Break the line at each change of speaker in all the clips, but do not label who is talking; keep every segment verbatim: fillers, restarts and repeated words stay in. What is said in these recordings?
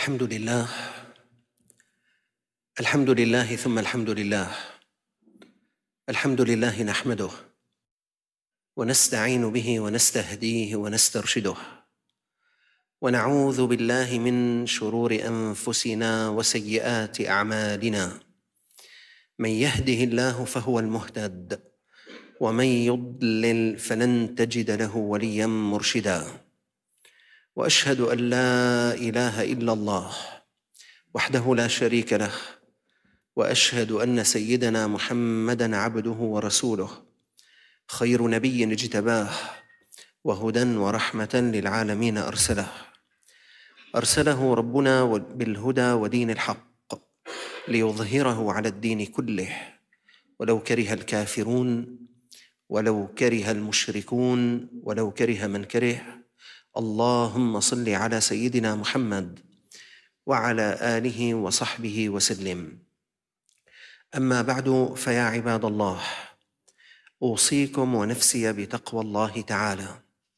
الحمد لله الحمد لله ثم الحمد لله الحمد لله نحمده ونستعين به ونستهديه ونسترشده ونعوذ بالله من شرور أنفسنا وسيئات أعمالنا. من يهده الله فهو المهتد ومن يضلل فلن تجد له وليا مرشدا. وأشهد أن لا إله إلا الله وحده لا شريك له، وأشهد أن سيدنا محمدًا عبده ورسوله، خير نبي اجتباه وهدى ورحمة للعالمين أرسله أرسله ربنا بالهدى ودين الحق ليظهره على الدين كله ولو كره الكافرون ولو كره المشركون ولو كره من كره. اللهم صل على سيدنا محمد وعلى آله وصحبه وسلم. أما بعد، فيا عباد الله، أوصيكم ونفسي بتقوى الله تعالى.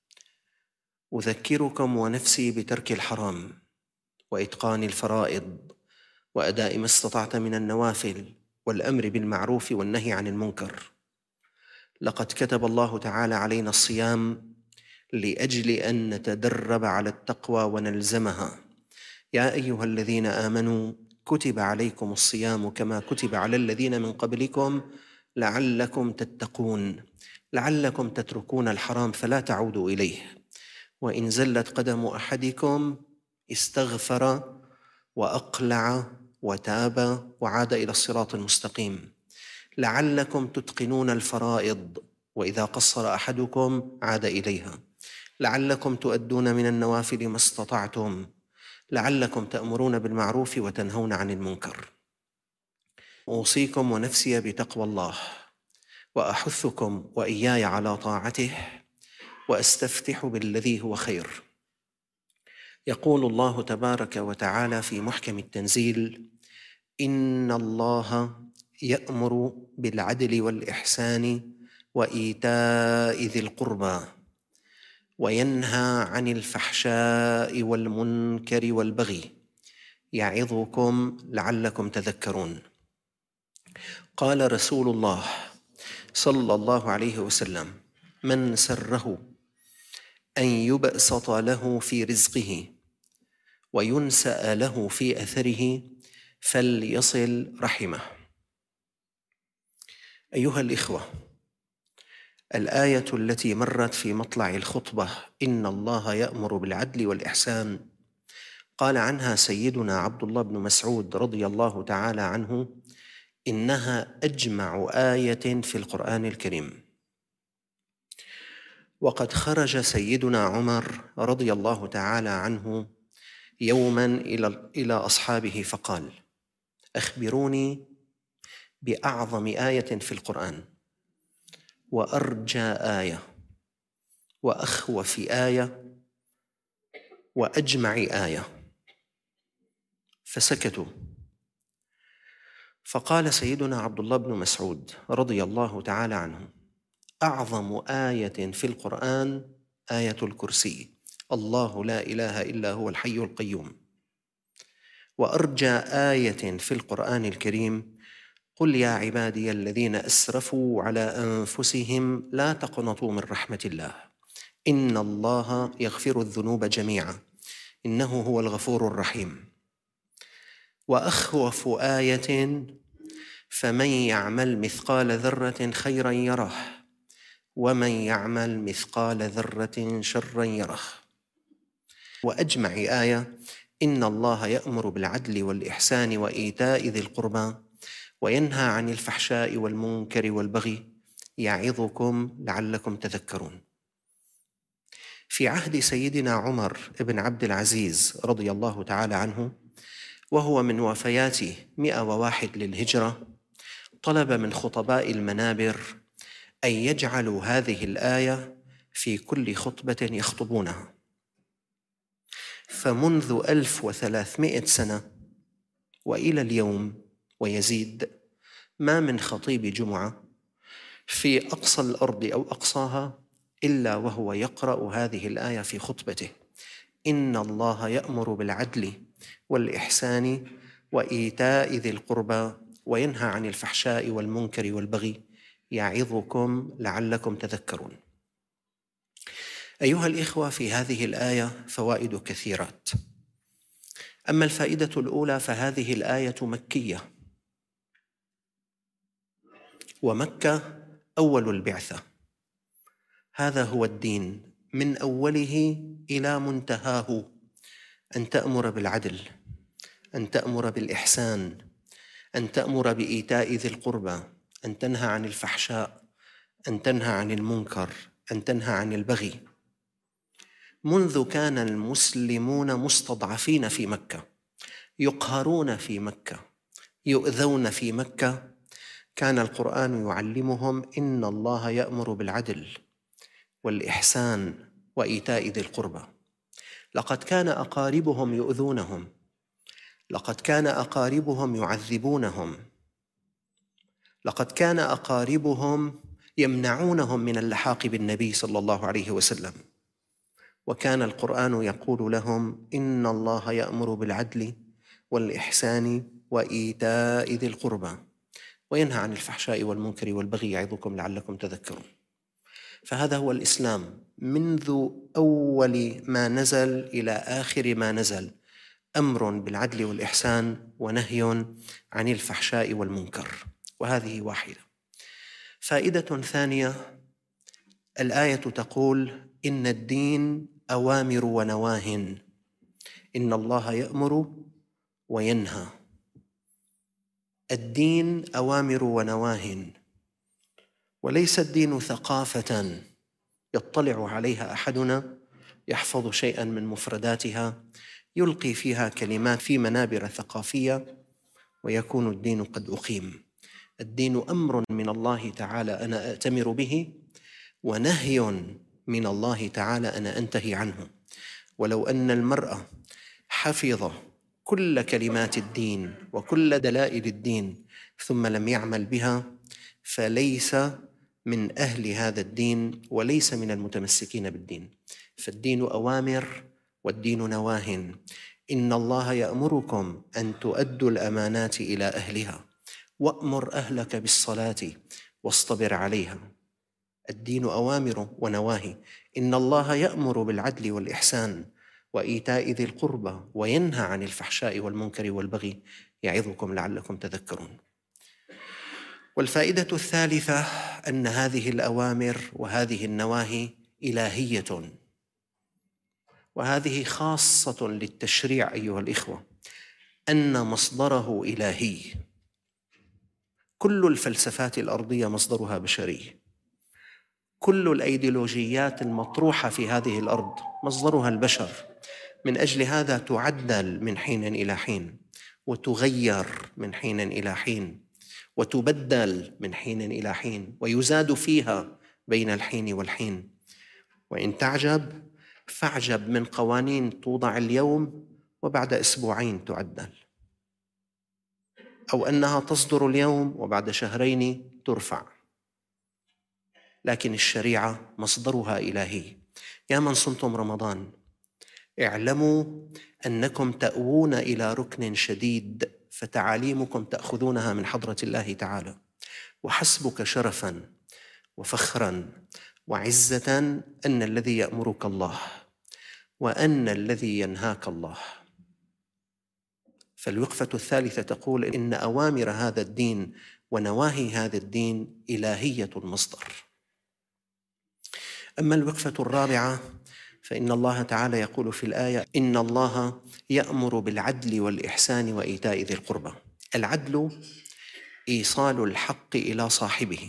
أذكركم ونفسي بترك الحرام وإتقان الفرائض وأداء ما استطعت من النوافل والأمر بالمعروف والنهي عن المنكر. لقد كتب الله تعالى علينا الصيام لأجل أن نتدرب على التقوى ونلزمها. يا أيها الذين آمنوا كتب عليكم الصيام كما كتب على الذين من قبلكم لعلكم تتقون، لعلكم تتركون الحرام فلا تعودوا إليه. وإن زلت قدم أحدكم استغفر وأقلع وتاب وعاد إلى الصراط المستقيم، لعلكم تتقنون الفرائض، وإذا قصر أحدكم عاد إليها، لعلكم تؤدون من النوافل ما استطعتم، لعلكم تأمرون بالمعروف وتنهون عن المنكر. أوصيكم ونفسي بتقوى الله، وأحثكم وإياي على طاعته، وأستفتح بالذي هو خير. يقول الله تبارك وتعالى في محكم التنزيل: إن الله يأمر بالعدل والإحسان وإيتاء ذي القربى وينهى عن الفحشاء والمنكر والبغي يعظكم لعلكم تذكرون. قال رسول الله صلى الله عليه وسلم: من سره أن يبسط له في رزقه وينسأ له في أثره فليصل رحمه. أيها الإخوة، الآية التي مرت في مطلع الخطبة إن الله يأمر بالعدل والإحسان قال عنها سيدنا عبد الله بن مسعود رضي الله تعالى عنه: إنها أجمع آية في القرآن الكريم. وقد خرج سيدنا عمر رضي الله تعالى عنه يوما إلى أصحابه فقال: أخبروني بأعظم آية في القرآن، وأرجى آية، وأخوف آية، وأجمع آية. فسكتوا. فقال سيدنا عبد الله بن مسعود رضي الله تعالى عنه: أعظم آية في القرآن آية الكرسي، الله لا إله إلا هو الحي القيوم. وأرجى آية في القرآن الكريم: قل يا عبادي الذين أسرفوا على أنفسهم لا تقنطوا من رحمة الله إن الله يغفر الذنوب جميعا إنه هو الغفور الرحيم. وأخوف آية: فمن يعمل مثقال ذرة خيرا يره ومن يعمل مثقال ذرة شرا يره. وأجمع آية: إن الله يأمر بالعدل والإحسان وإيتاء ذي القربى وينهى عن الفحشاء والمنكر والبغي يعظكم لعلكم تذكرون. في عهد سيدنا عمر بن عبد العزيز رضي الله تعالى عنه، وهو من وفيات مئة وواحد للهجرة، طلب من خطباء المنابر أن يجعلوا هذه الآية في كل خطبة يخطبونها. فمنذ ألف وثلاثمائة سنة وإلى اليوم ويزيد، ما من خطيب جمعة في أقصى الأرض أو أقصاها إلا وهو يقرأ هذه الآية في خطبته: إن الله يأمر بالعدل والإحسان وإيتاء ذي القربى وينهى عن الفحشاء والمنكر والبغي يعظكم لعلكم تذكرون. أيها الإخوة، في هذه الآية فوائد كثيرات. أما الفائدة الأولى فهذه الآية مكية، ومكة أول البعثة. هذا هو الدين من أوله إلى منتهاه، أن تأمر بالعدل، أن تأمر بالإحسان، أن تأمر بإيتاء ذي القربى، أن تنهى عن الفحشاء، أن تنهى عن المنكر، أن تنهى عن البغي. منذ كان المسلمون مستضعفين في مكة، يقهرون في مكة، يؤذون في مكة، كان القرآن يعلمهم إن الله يأمر بالعدل والإحسان وإيتاء ذي القربى. لقد كان أقاربهم يؤذونهم، لقد كان أقاربهم يعذبونهم، لقد كان أقاربهم يمنعونهم من اللحاق بالنبي صلى الله عليه وسلم، وكان القرآن يقول لهم إن الله يأمر بالعدل والإحسان وإيتاء ذي القربى وينهى عن الفحشاء والمنكر والبغي يعظكم لعلكم تذكرون. فهذا هو الإسلام منذ أول ما نزل إلى آخر ما نزل، أمر بالعدل والإحسان ونهي عن الفحشاء والمنكر. وهذه واحدة. فائدة ثانية، الآية تقول إن الدين أوامر ونواه، إن الله يأمر وينهى. الدين أوامر ونواه، وليس الدين ثقافة يطلع عليها أحدنا يحفظ شيئا من مفرداتها يلقي فيها كلمات في منابر ثقافية ويكون الدين قد أقيم. الدين أمر من الله تعالى أنا أأتمر به، ونهي من الله تعالى أنا أنتهي عنه. ولو أن المرء حفظ كل كلمات الدين وكل دلائل الدين ثم لم يعمل بها فليس من أهل هذا الدين وليس من المتمسكين بالدين. فالدين أوامر والدين نواه. إن الله يأمركم أن تؤدوا الأمانات إلى أهلها وأمر أهلك بالصلاة واصطبر عليها. الدين أوامر ونواهي. إن الله يأمر بالعدل والإحسان وإيتاء ذي القربى وينهى عن الفحشاء والمنكر والبغي يعظكم لعلكم تذكرون. والفائدة الثالثة أن هذه الأوامر وهذه النواهي إلهية، وهذه خاصة للتشريع أيها الإخوة، أن مصدره إلهي. كل الفلسفات الأرضية مصدرها بشري، كل الأيديولوجيات المطروحة في هذه الأرض مصدرها البشر. من أجل هذا تعدل من حين إلى حين، وتغير من حين إلى حين، وتبدل من حين إلى حين، ويزاد فيها بين الحين والحين. وإن تعجب فاعجب من قوانين توضع اليوم وبعد أسبوعين تعدل، أو أنها تصدر اليوم وبعد شهرين ترفع. لكن الشريعة مصدرها إلهي. يا من صمتم رمضان، اعلموا أنكم تأوون إلى ركن شديد، فتعاليمكم تأخذونها من حضرة الله تعالى. وحسبك شرفاً وفخراً وعزة أن الذي يأمرك الله وأن الذي ينهاك الله. فالوقفة الثالثة تقول إن أوامر هذا الدين ونواهي هذا الدين إلهية المصدر. أما الوقفة الرابعة فإن الله تعالى يقول في الآية إن الله يأمر بالعدل والإحسان وإيتاء ذي القربى. العدل إيصال الحق إلى صاحبه،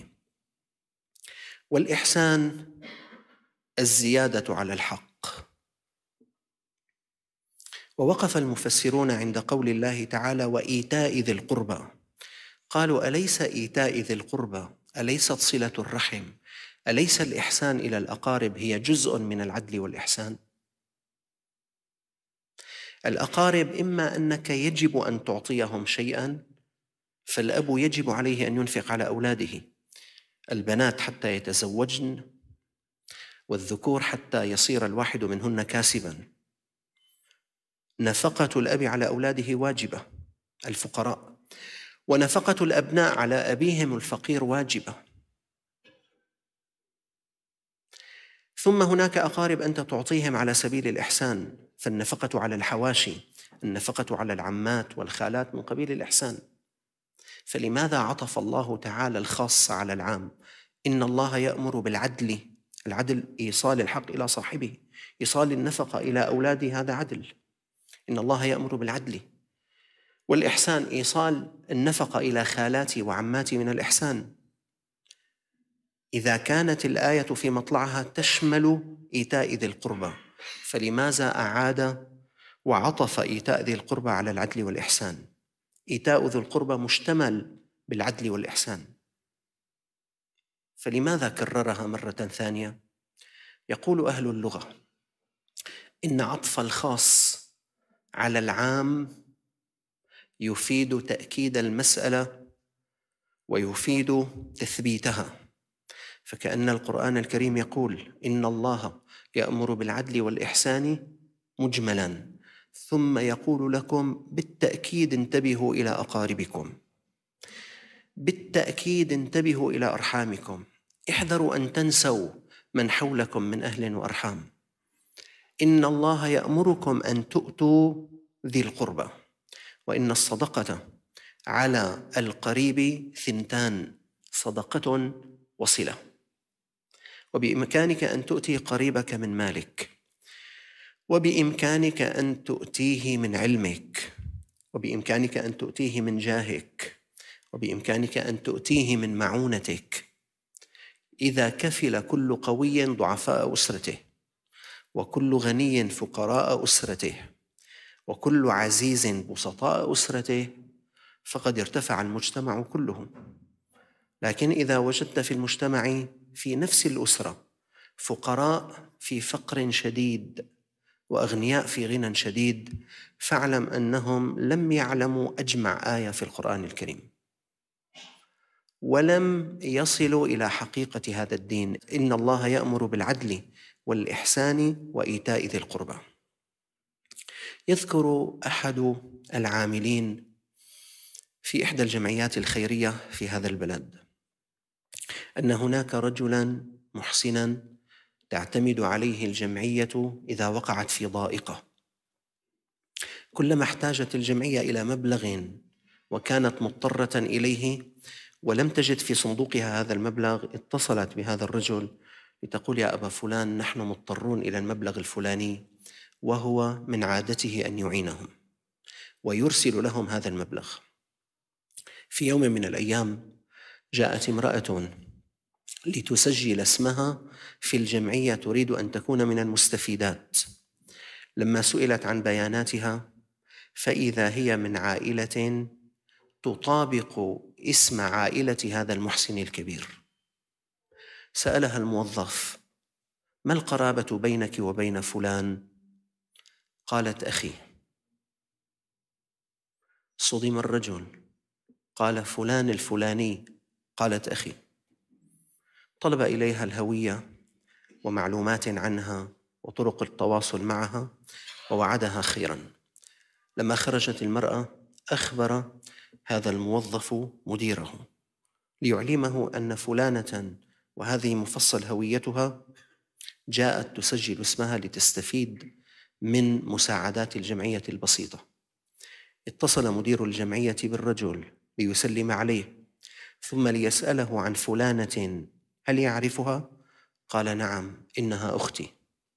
والإحسان الزيادة على الحق. ووقف المفسرون عند قول الله تعالى وإيتاء ذي القربى، قالوا أليس إيتاء ذي القربى، أليست صلة الرحم، أليس الإحسان إلى الأقارب هي جزء من العدل والإحسان؟ الأقارب إما أنك يجب أن تعطيهم شيئا، فالأب يجب عليه أن ينفق على أولاده، البنات حتى يتزوجن، والذكور حتى يصير الواحد منهن كاسبا. نفقة الأب على أولاده واجبة، الفقراء، ونفقة الأبناء على أبيهم الفقير واجبة. ثم هناك أقارب أنت تعطيهم على سبيل الإحسان، فالنفقة على الحواشي، النفقة على العمات والخالات من قبيل الإحسان. فلماذا عطف الله تعالى الخاص على العام؟ إن الله يأمر بالعدل، العدل إيصال الحق إلى صاحبه، إيصال النفقة إلى أولاده هذا عدل، إن الله يأمر بالعدل. والإحسان إيصال النفقة إلى خالاتي وعماتي من الإحسان. إذا كانت الآية في مطلعها تشمل إيتاء ذي القربى، فلماذا أعاد وعطف إيتاء ذي القربى على العدل والإحسان؟ إيتاء ذي القربى مشتمل بالعدل والإحسان، فلماذا كررها مرة ثانية؟ يقول أهل اللغة إن عطف الخاص على العام يفيد تأكيد المسألة ويفيد تثبيتها، فكأن القرآن الكريم يقول إن الله يأمر بالعدل والإحسان مجملاً، ثم يقول لكم بالتأكيد انتبهوا إلى أقاربكم، بالتأكيد انتبهوا إلى أرحامكم، احذروا أن تنسوا من حولكم من أهل وأرحام. إن الله يأمركم أن تؤتوا ذي القربى، وإن الصدقة على القريب ثنتان، صدقة وصلة، وبإمكانك أن تؤتي قريبك من مالك، وبإمكانك أن تؤتيه من علمك، وبإمكانك أن تؤتيه من جاهك، وبإمكانك أن تؤتيه من معونتك، إذا كفل كل قوي ضعفاء أسرته، وكل غني فقراء أسرته، وكل عزيز بسطاء أسرته، فقد ارتفع المجتمع كله. لكن إذا وجدت في المجتمع في نفس الأسرة فقراء في فقر شديد وأغنياء في غنى شديد، فاعلم أنهم لم يعلموا أجمع آية في القرآن الكريم، ولم يصلوا إلى حقيقة هذا الدين. إن الله يأمر بالعدل والإحسان وإيتاء ذي القربى. يذكر أحد العاملين في إحدى الجمعيات الخيرية في هذا البلد أن هناك رجلاً محسناً تعتمد عليه الجمعية إذا وقعت في ضائقة. كلما احتاجت الجمعية إلى مبلغ وكانت مضطرة إليه ولم تجد في صندوقها هذا المبلغ، اتصلت بهذا الرجل لتقول يا أبا فلان نحن مضطرون إلى المبلغ الفلاني، وهو من عادته أن يعينهم ويرسل لهم هذا المبلغ. في يوم من الأيام جاءت امرأة لتسجل اسمها في الجمعية، تريد أن تكون من المستفيدات. لما سئلت عن بياناتها فإذا هي من عائلة تطابق اسم عائلة هذا المحسن الكبير. سألها الموظف ما القرابة بينك وبين فلان؟ قالت أخي. صدم الرجل، قال فلان الفلاني؟ قالت أخي. طلب إليها الهوية ومعلومات عنها وطرق التواصل معها ووعدها خيرا. لما خرجت المرأة أخبر هذا الموظف مديره ليعلمه أن فلانة وهذه مفصل هويتها جاءت تسجل اسمها لتستفيد من مساعدات الجمعية البسيطة. اتصل مدير الجمعية بالرجل ليسلم عليه، ثم ليسأله عن فلانة هل يعرفها؟ قال نعم إنها أختي.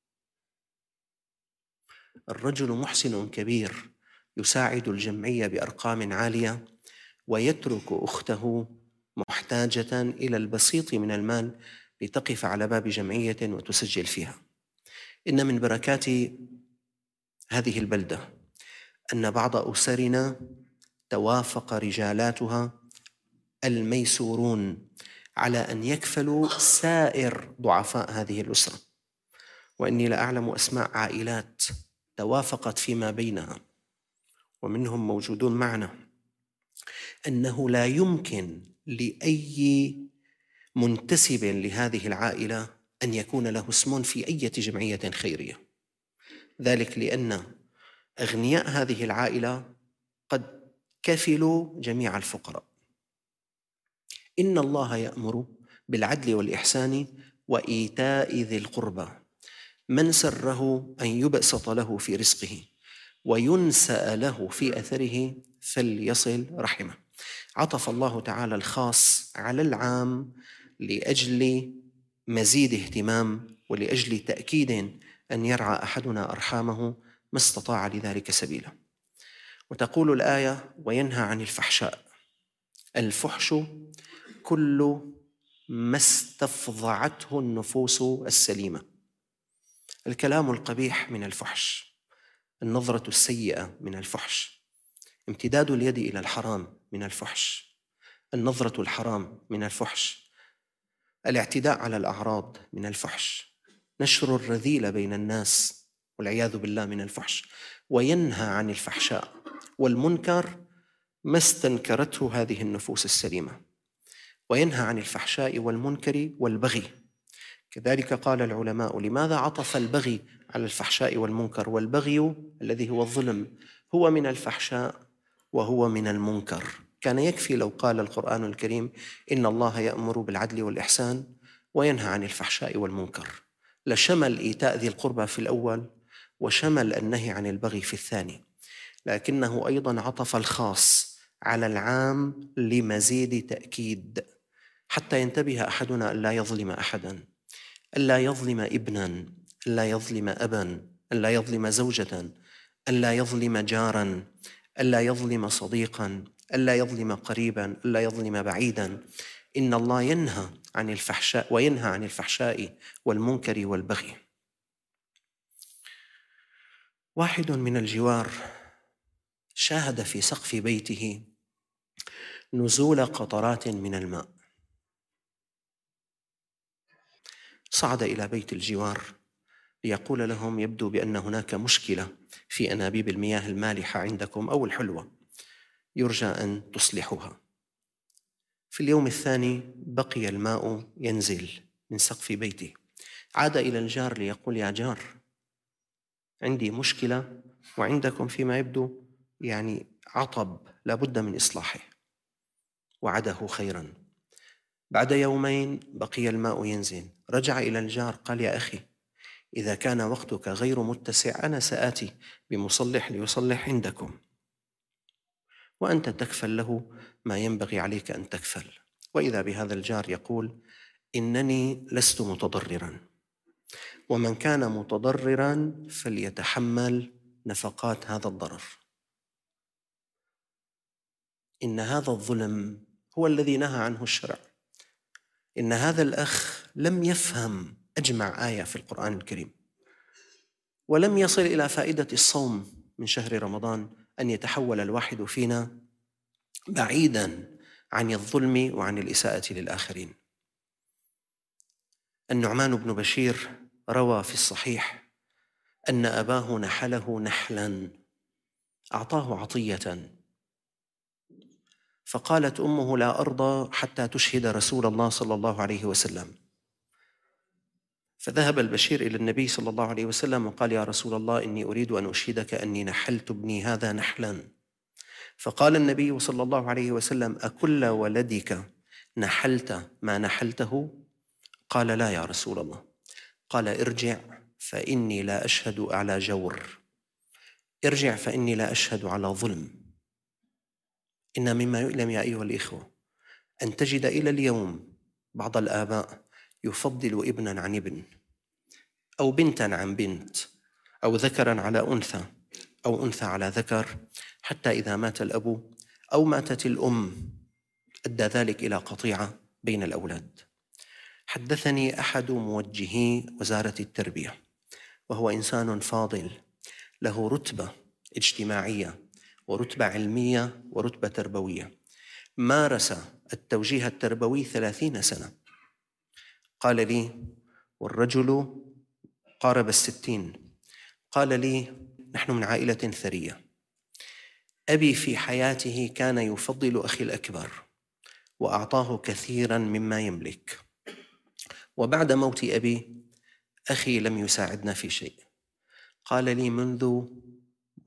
الرجل محسن كبير يساعد الجمعية بأرقام عالية ويترك أخته محتاجة إلى البسيط من المال لتقف على باب جمعية وتسجل فيها. إن من بركات هذه البلدة أن بعض أسرنا توافق رجالاتها الميسورون على أن يكفلوا سائر ضعفاء هذه الأسرة، وإني لأعلم أسماء عائلات توافقت فيما بينها ومنهم موجودون معنا أنه لا يمكن لأي منتسب لهذه العائلة أن يكون له اسم في أي جمعية خيرية، ذلك لأن أغنياء هذه العائلة قد كفلوا جميع الفقراء. إن الله يأمر بالعدل والإحسان وإيتاء ذي القربى من سره أن يبسط له في رزقه وينسأ له في أثره فليصل رحمه. عطف الله تعالى الخاص على العام لأجل مزيد اهتمام ولأجل تأكيد أن يرعى أحدنا أرحامه ما استطاع لذلك سبيلا. وتقول الآية: وينهى عن الفحشاء. الفحش كل ما استفضعته النفوس السليمة. الكلام القبيح من الفحش، النظرة السيئة من الفحش، امتداد اليد إلى الحرام من الفحش، النظرة الحرام من الفحش، الاعتداء على الأعراض من الفحش، نشر الرذيلة بين الناس والعياذ بالله من الفحش. وينهى عن الفحشاء والمنكر ما استنكرته هذه النفوس السليمة. وينهى عن الفحشاء والمنكر والبغي. كذلك قال العلماء: لماذا عطف البغي على الفحشاء والمنكر؟ والبغي الذي هو الظلم هو من الفحشاء وهو من المنكر. كان يكفي لو قال القرآن الكريم: إن الله يأمر بالعدل والإحسان وينهى عن الفحشاء والمنكر، لشمل إيتاء ذي القربى في الأول وشمل النهي عن البغي في الثاني. لكنه أيضا عطف الخاص على العام لمزيد تأكيد، حتى ينتبه أحدنا ألا يظلم أحدا، ألا يظلم ابنا، ألا يظلم أبا، ألا يظلم زوجة، ألا يظلم جارا، ألا يظلم صديقا، ألا يظلم قريبا، ألا يظلم بعيدا. إن الله ينهى عن الفحشاء وينهى عن الفحشاء والمنكر والبغي. واحد من الجوار شاهد في سقف بيته نزول قطرات من الماء. صعد إلى بيت الجوار ليقول لهم: يبدو بأن هناك مشكلة في أنابيب المياه المالحة عندكم أو الحلوة، يرجى أن تصلحوها. في اليوم الثاني بقي الماء ينزل من سقف بيته. عاد إلى الجار ليقول: يا جار، عندي مشكلة وعندكم فيما يبدو يعني عطب لا بد من إصلاحه. وعده خيرا. بعد يومين بقي الماء ينزل. رجع إلى الجار قال: يا أخي، إذا كان وقتك غير متسع أنا سآتي بمصلح ليصلح عندكم، وأنت تكفل له ما ينبغي عليك أن تكفل. وإذا بهذا الجار يقول: إنني لست متضررا، ومن كان متضررا فليتحمل نفقات هذا الضرر. إن هذا الظلم هو الذي نهى عنه الشرع. إن هذا الأخ لم يفهم أجمع آية في القرآن الكريم، ولم يصل إلى فائدة الصوم من شهر رمضان أن يتحول الواحد فينا بعيداً عن الظلم وعن الإساءة للآخرين. النعمان بن بشير روى في الصحيح أن أباه نحله نحلاً، أعطاه عطية، فقالت أمه: لا أرضى حتى تشهد رسول الله صلى الله عليه وسلم. فذهب البشير إلى النبي صلى الله عليه وسلم وقال: يا رسول الله، إني أريد أن أشهدك أني نحلت ابني هذا نحلاً. فقال النبي صلى الله عليه وسلم: أكل ولدك نحلت ما نحلته؟ قال: لا يا رسول الله. قال: ارجع فإني لا أشهد على جور، ارجع فإني لا أشهد على ظلم. إن مما يؤلم يا أيها الإخوة أن تجد إلى اليوم بعض الآباء يفضل ابنا عن ابن، أو بنتا عن بنت، أو ذكرا على أنثى، أو أنثى على ذكر، حتى إذا مات الأب أو ماتت الأم أدى ذلك إلى قطيعة بين الأولاد. حدثني أحد موجهي وزارة التربية، وهو إنسان فاضل له رتبة اجتماعية ورتبة علمية ورتبة تربوية، مارس التوجيه التربوي ثلاثين سنة. قال لي، والرجل قارب الستين، قال لي: نحن من عائلة ثرية، أبي في حياته كان يفضل أخي الأكبر وأعطاه كثيرا مما يملك، وبعد موت أبي أخي لم يساعدنا في شيء. قال لي: منذ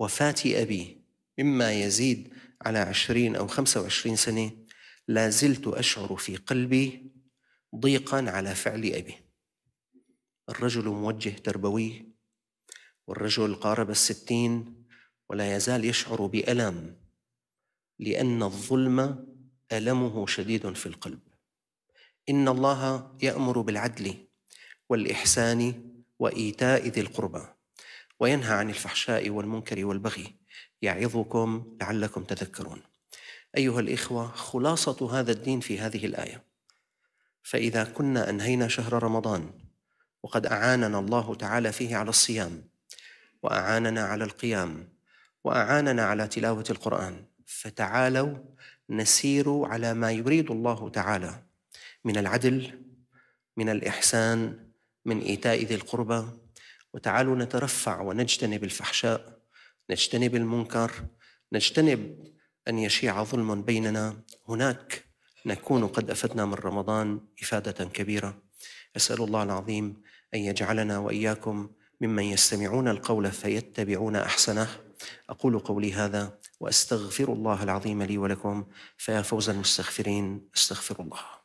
وفاة أبي مما يزيد على عشرين أو خمسة وعشرين سنة لا زلت أشعر في قلبي ضيقا على فعل أبي. الرجل موجه تربوي، والرجل قارب الستين ولا يزال يشعر بألم، لأن الظلم ألمه شديد في القلب. إن الله يأمر بالعدل والإحسان وإيتاء ذي القربى وينهى عن الفحشاء والمنكر والبغي يعظكم لعلكم تذكرون. أيها الإخوة، خلاصة هذا الدين في هذه الآية: فإذا كنا أنهينا شهر رمضان وقد أعاننا الله تعالى فيه على الصيام، وأعاننا على القيام، وأعاننا على تلاوة القرآن، فتعالوا نسير على ما يريد الله تعالى من العدل، من الإحسان، من إيتاء ذي القربى، وتعالوا نترفع ونجتنب الفحشاء، نجتنب المنكر، نجتنب أن يشيع ظلم بيننا. هناك نكون قد أفدنا من رمضان إفادة كبيرة. أسأل الله العظيم أن يجعلنا وإياكم ممن يستمعون القول فيتبعون أحسنه. أقول قولي هذا وأستغفر الله العظيم لي ولكم، فيا فوز المستغفرين، استغفر الله.